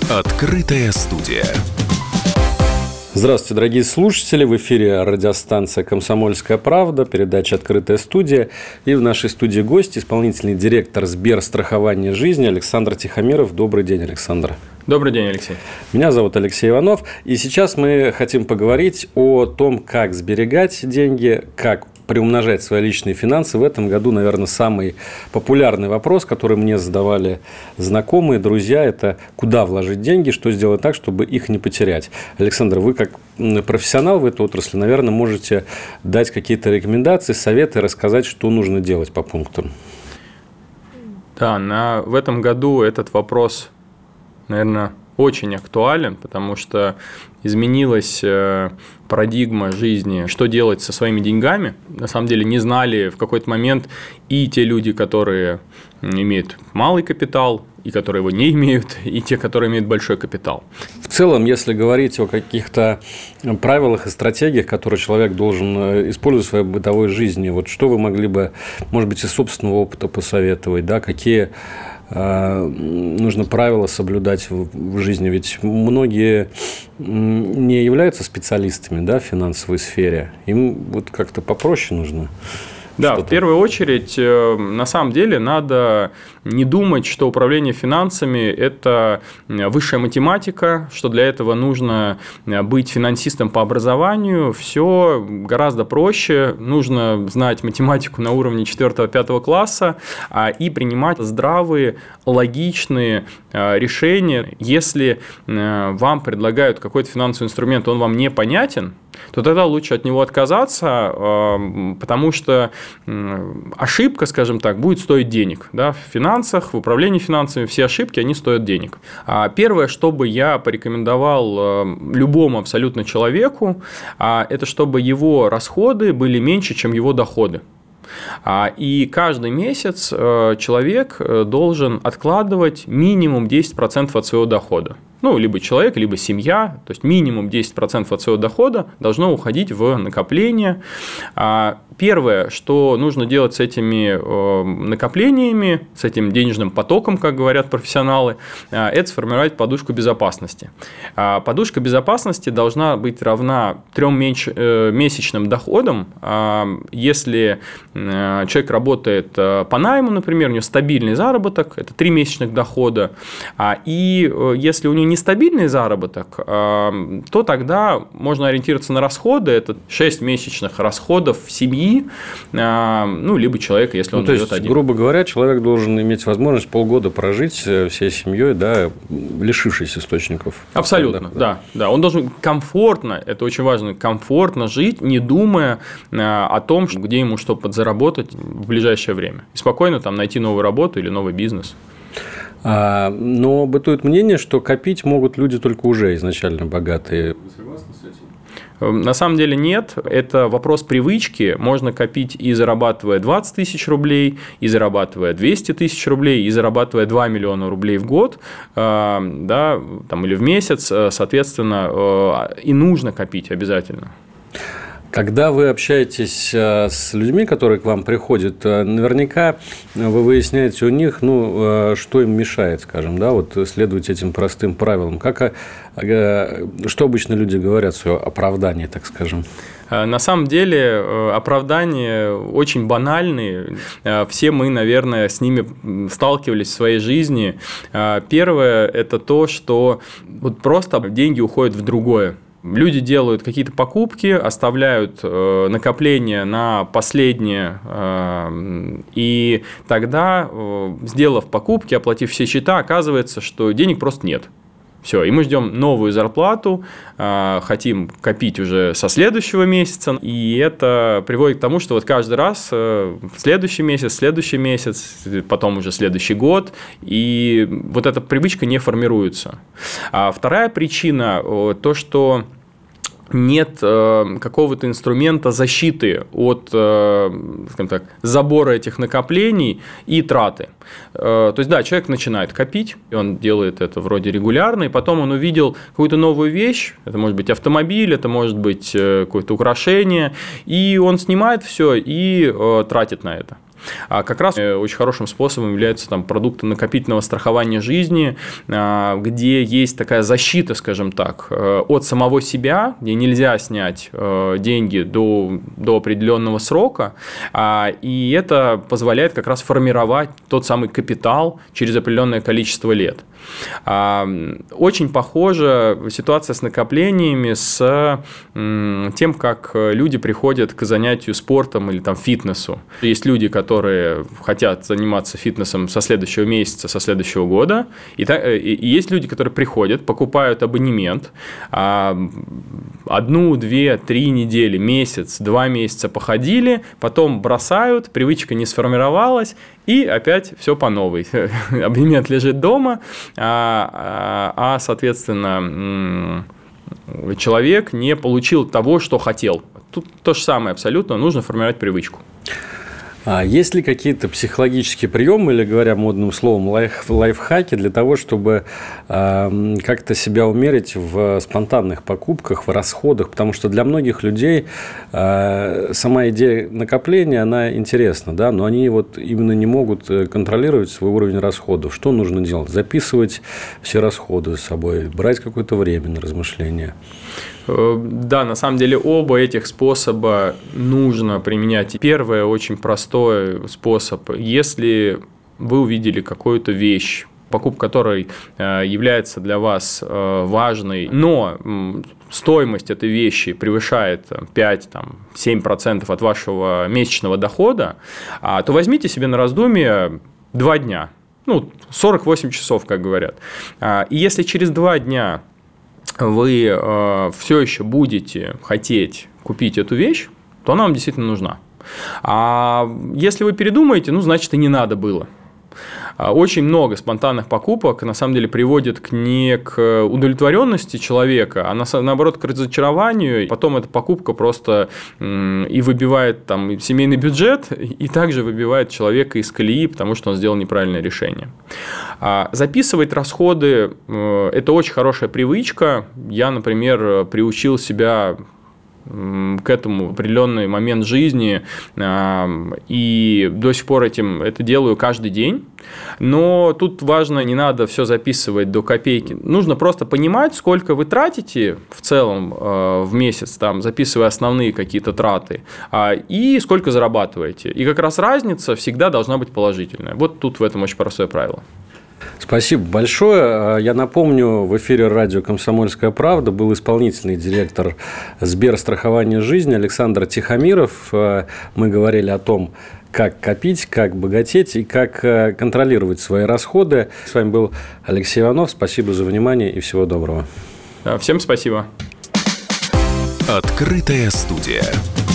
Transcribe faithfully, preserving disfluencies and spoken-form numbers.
Открытая студия. Здравствуйте, дорогие слушатели. В эфире радиостанция «Комсомольская правда», передача «Открытая студия». И в нашей студии гость, исполнительный директор Сберстрахования жизни Александр Тихомиров. Добрый день, Александр. Добрый день, Алексей. Меня зовут Алексей Иванов. И сейчас мы хотим поговорить о том, как сберегать деньги, как приумножать свои личные финансы. В этом году, наверное, самый популярный вопрос, который мне задавали знакомые, друзья, это куда вложить деньги, что сделать так, чтобы их не потерять. Александр, вы как профессионал в этой отрасли, наверное, можете дать какие-то рекомендации, советы, рассказать, что нужно делать по пунктам. Да, на, в этом году этот вопрос, наверное, очень актуален, потому что изменилась парадигма жизни, что делать со своими деньгами. На самом деле не знали в какой-то момент и те люди, которые имеют малый капитал, и которые его не имеют, и те, которые имеют большой капитал. В целом, если говорить о каких-то правилах и стратегиях, которые человек должен использовать в своей бытовой жизни, вот что вы могли бы, может быть, из собственного опыта посоветовать, да, какие нужно правила соблюдать в жизни, ведь многие не являются специалистами, да, в финансовой сфере, им вот как-то попроще нужно. Да, что-то. В первую очередь, на самом деле, надо не думать, что управление финансами – это высшая математика, что для этого нужно быть финансистом по образованию. Все гораздо проще. Нужно знать математику на уровне четвёртого-пятого класса и принимать здравые, логичные решения. Если вам предлагают какой-то финансовый инструмент, он вам непонятен, то тогда лучше от него отказаться, потому что ошибка, скажем так, будет стоить денег. Да? В финансах, в управлении финансами все ошибки, они стоят денег. Первое, что бы я порекомендовал любому абсолютно человеку, это чтобы его расходы были меньше, чем его доходы. И каждый месяц человек должен откладывать минимум десять процентов от своего дохода. Ну, либо человек, либо семья, то есть минимум десять процентов от своего дохода должно уходить в накопление. Первое, что нужно делать с этими накоплениями, с этим денежным потоком, как говорят профессионалы, это сформировать подушку безопасности. Подушка безопасности должна быть равна трем месячным доходам. Если человек работает по найму, например, у него стабильный заработок, это три месячных дохода, и если у него нестабильный заработок, то тогда можно ориентироваться на расходы, это шесть месячных расходов семьи, ну, либо человека, если он ну, то живет есть, один. Грубо говоря, человек должен иметь возможность полгода прожить всей семьей, да, лишившись источников. Абсолютно, да, да, да. Он должен комфортно, это очень важно, комфортно жить, не думая о том, где ему что подзаработать в ближайшее время. И спокойно там найти новую работу или новый бизнес. Но бытует мнение, что копить могут люди только уже изначально богатые. Вы согласны с этим? На самом деле нет. Это вопрос привычки. Можно копить и зарабатывая двадцать тысяч рублей, и зарабатывая двести тысяч рублей, и зарабатывая два миллиона рублей в год, да, там, или в месяц, соответственно, и нужно копить обязательно. Когда вы общаетесь с людьми, которые к вам приходят, наверняка вы выясняете у них, ну, что им мешает, скажем, да, вот следовать этим простым правилам. Как, что обычно люди говорят в свое оправдание, так скажем? На самом деле оправдания очень банальные. Все мы, наверное, с ними сталкивались в своей жизни. Первое – это то, что вот просто деньги уходят в другое. Люди делают какие-то покупки, оставляют э, накопления на последнее, э, и тогда, э, сделав покупки, оплатив все счета, оказывается, что денег просто нет. Все, и мы ждем новую зарплату, э, хотим копить уже со следующего месяца, и это приводит к тому, что вот каждый раз э, следующий месяц, следующий месяц, потом уже следующий год, и вот эта привычка не формируется. А вторая причина э, – то, что нет э, какого-то инструмента защиты от, э, скажем так, забора этих накоплений и траты. Э, то есть, да, человек начинает копить, и он делает это вроде регулярно, и потом он увидел какую-то новую вещь, это может быть автомобиль, это может быть какое-то украшение, и он снимает все и э, тратит на это. А как раз очень хорошим способом являются там продукты накопительного страхования жизни, где есть такая защита, скажем так, от самого себя, где нельзя снять деньги до, до определенного срока, и это позволяет как раз формировать тот самый капитал через определенное количество лет. Очень похожа ситуация с накоплениями, с тем, как люди приходят к занятию спортом или там, фитнесу. Есть люди, которые хотят заниматься фитнесом со следующего месяца, со следующего года, и, и есть люди, которые приходят, покупают абонемент, одну, две, три недели, месяц, два месяца походили, потом бросают, привычка не сформировалась, и опять все по новой. Абонемент лежит дома, а, а, соответственно, человек не получил того, что хотел. Тут то же самое абсолютно, нужно формировать привычку. А есть ли какие-то психологические приемы, или, говоря модным словом, лайф, лайфхаки для того, чтобы э, как-то себя умерить в спонтанных покупках, в расходах? Потому что для многих людей э, сама идея накопления, она интересна, да, но они вот именно не могут контролировать свой уровень расходов. Что нужно делать? Записывать все расходы с собой, брать какое-то время на размышления? Да, на самом деле оба этих способа нужно применять. Первый очень простой способ. Если вы увидели какую-то вещь, покупка которой является для вас важной, но стоимость этой вещи превышает пять-семь процентов от вашего месячного дохода, то возьмите себе на раздумье два дня, ну, сорок восемь часов, как говорят. И если через два дня вы э, все еще будете хотеть купить эту вещь, то она вам действительно нужна. А если вы передумаете, ну, значит, и не надо было. Очень много спонтанных покупок, на самом деле, приводит к не к удовлетворенности человека, а наоборот к разочарованию. Потом эта покупка просто и выбивает там семейный бюджет, и также выбивает человека из колеи, потому что он сделал неправильное решение. Записывать расходы – это очень хорошая привычка. Я, например, приучил себя к этому в определенный момент жизни, и до сих пор этим это делаю каждый день. Но тут важно, не надо все записывать до копейки. Нужно просто понимать, сколько вы тратите в целом в месяц, там, записывая основные какие-то траты, и сколько зарабатываете. И как раз разница всегда должна быть положительная. Вот тут в этом очень простое правило. Спасибо большое. Я напомню, в эфире радио «Комсомольская правда» был исполнительный директор Сберстрахования жизни Александр Тихомиров. Мы говорили о том, как копить, как богатеть и как контролировать свои расходы. С вами был Алексей Иванов. Спасибо за внимание и всего доброго. Всем спасибо. Открытая студия.